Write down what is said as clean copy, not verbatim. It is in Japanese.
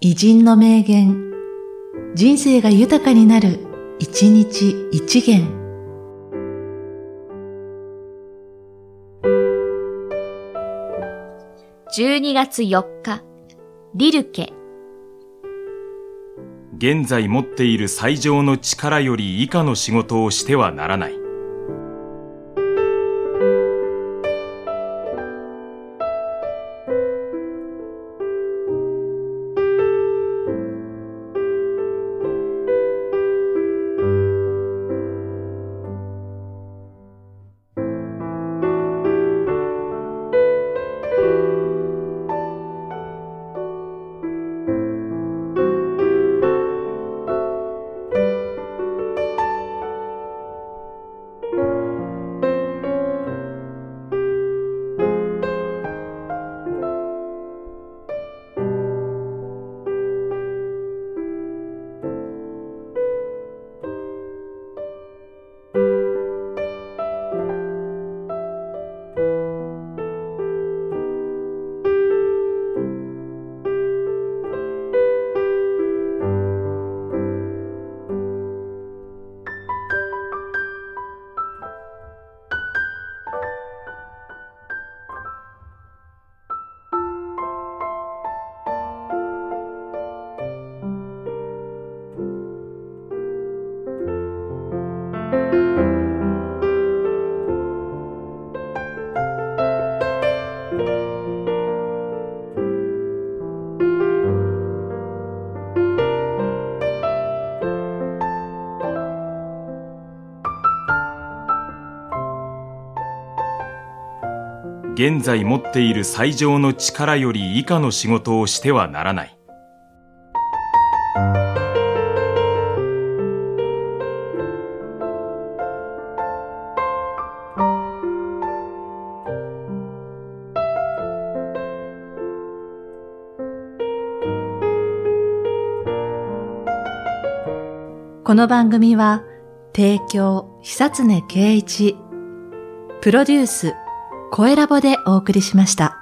偉人の名言、人生が豊かになる、一日一元。 12月4日、リルケ。 現在持っている最上の力より以下の仕事をしてはならない。現在持っている最上の力より以下の仕事をしてはならない。 この番組は、提供、久常圭一、プロデュース、声ラボでお送りしました。